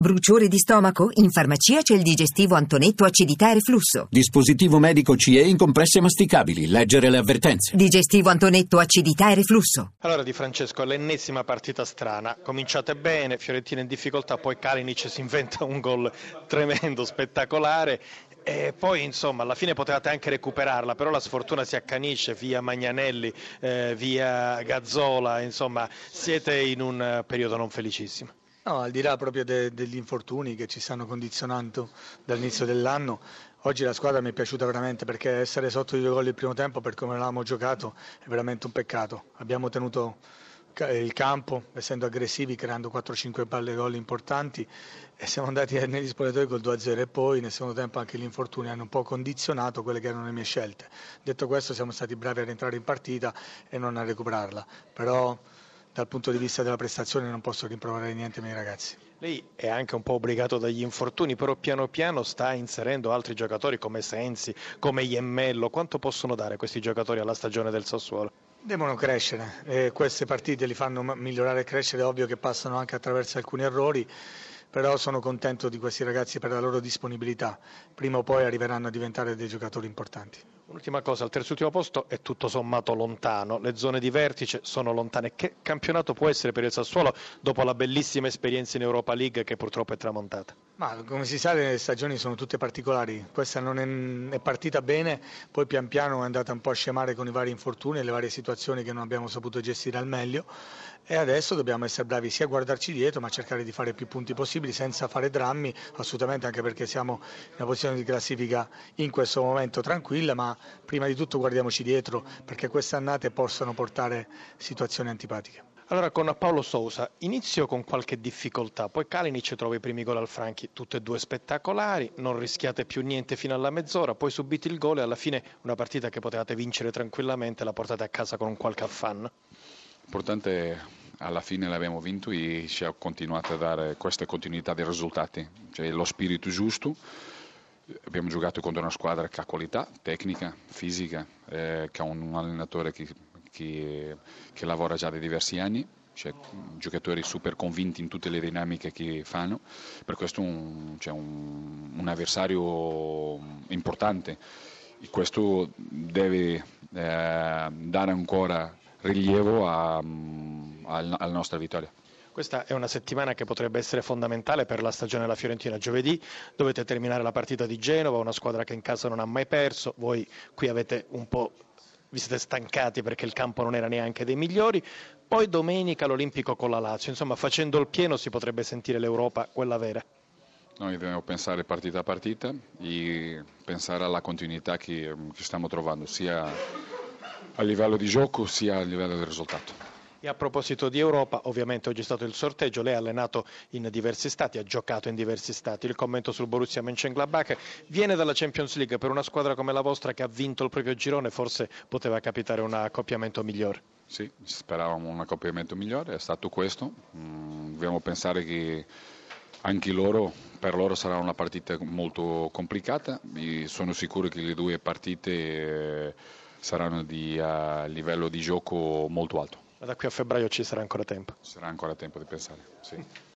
Bruciore di stomaco? In farmacia c'è il digestivo Antonetto acidità e reflusso. Dispositivo medico CE in compresse masticabili. Leggere le avvertenze. Digestivo Antonetto acidità e reflusso. Allora Di Francesco, l'ennesima partita strana. Cominciate bene, Fiorentina in difficoltà, poi Kalinic si inventa un gol tremendo, spettacolare. E poi insomma alla fine potevate anche recuperarla, però la sfortuna si accanisce via Magnanelli, via Gazzola, insomma siete in un periodo non felicissimo. No, al di là proprio degli infortuni che ci stanno condizionando dall'inizio dell'anno, oggi la squadra mi è piaciuta veramente, perché essere sotto di 2 gol il primo tempo per come l'avevamo giocato è veramente un peccato. Abbiamo tenuto il campo essendo aggressivi, creando 4-5 palle gol importanti, e siamo andati negli spogliatoi col 2-0 e poi nel secondo tempo anche gli infortuni hanno un po' condizionato quelle che erano le mie scelte. Detto questo, siamo stati bravi a rientrare in partita e non a recuperarla, però dal punto di vista della prestazione non posso rimproverare niente ai miei ragazzi. Lei è anche un po' obbligato dagli infortuni, però piano piano sta inserendo altri giocatori come Sensi, come Iemmello. Quanto possono dare questi giocatori alla stagione del Sassuolo? Devono crescere, queste partite li fanno migliorare e crescere, è ovvio che passano anche attraverso alcuni errori, però sono contento di questi ragazzi per la loro disponibilità, prima o poi arriveranno a diventare dei giocatori importanti. Un'ultima cosa, il terzultimo posto è tutto sommato lontano, le zone di vertice sono lontane. Che campionato può essere per il Sassuolo dopo la bellissima esperienza in Europa League che purtroppo è tramontata? Ma come si sa, le stagioni sono tutte particolari, questa non è partita bene, poi pian piano è andata un po' a scemare con i vari infortuni e le varie situazioni che non abbiamo saputo gestire al meglio, e adesso dobbiamo essere bravi sia a guardarci dietro ma a cercare di fare più punti possibili senza fare drammi, assolutamente, anche perché siamo in una posizione di classifica in questo momento tranquilla, ma prima di tutto guardiamoci dietro, perché queste annate possano portare situazioni antipatiche. Allora con Paulo Sousa, inizio con qualche difficoltà, poi Kalinic trova i primi gol al Franchi, tutte e due spettacolari, non rischiate più niente fino alla mezz'ora, poi subite il gol e alla fine una partita che potevate vincere tranquillamente la portate a casa con un qualche affanno. L'importante alla fine l'abbiamo vinto e ci ha continuato a dare questa continuità dei risultati, cioè lo spirito giusto. Abbiamo giocato contro una squadra che ha qualità tecnica, fisica, che ha un allenatore che lavora già da diversi anni, cioè giocatori super convinti in tutte le dinamiche che fanno, per questo c'è un avversario importante e questo deve dare ancora rilievo alla nostra vittoria. Questa è una settimana che potrebbe essere fondamentale per la stagione della Fiorentina. Giovedì dovete terminare la partita di Genova, una squadra che in casa non ha mai perso, voi qui avete un po', vi siete stancati perché il campo non era neanche dei migliori, poi domenica l'Olimpico con la Lazio, insomma facendo il pieno si potrebbe sentire l'Europa, quella vera. Noi dobbiamo pensare partita a partita e pensare alla continuità che stiamo trovando, sia a livello di gioco sia a livello del risultato. E a proposito di Europa, ovviamente oggi è stato il sorteggio, lei ha allenato in diversi stati, ha giocato in diversi stati, il commento sul Borussia Mönchengladbach, viene dalla Champions League, per una squadra come la vostra che ha vinto il proprio girone forse poteva capitare un accoppiamento migliore. Sì, speravamo un accoppiamento migliore, è stato questo, dobbiamo pensare che anche per loro sarà una partita molto complicata, e sono sicuro che le due partite saranno a livello di gioco molto alto. Da qui a febbraio ci sarà ancora tempo. Sarà ancora tempo di pensare, sì.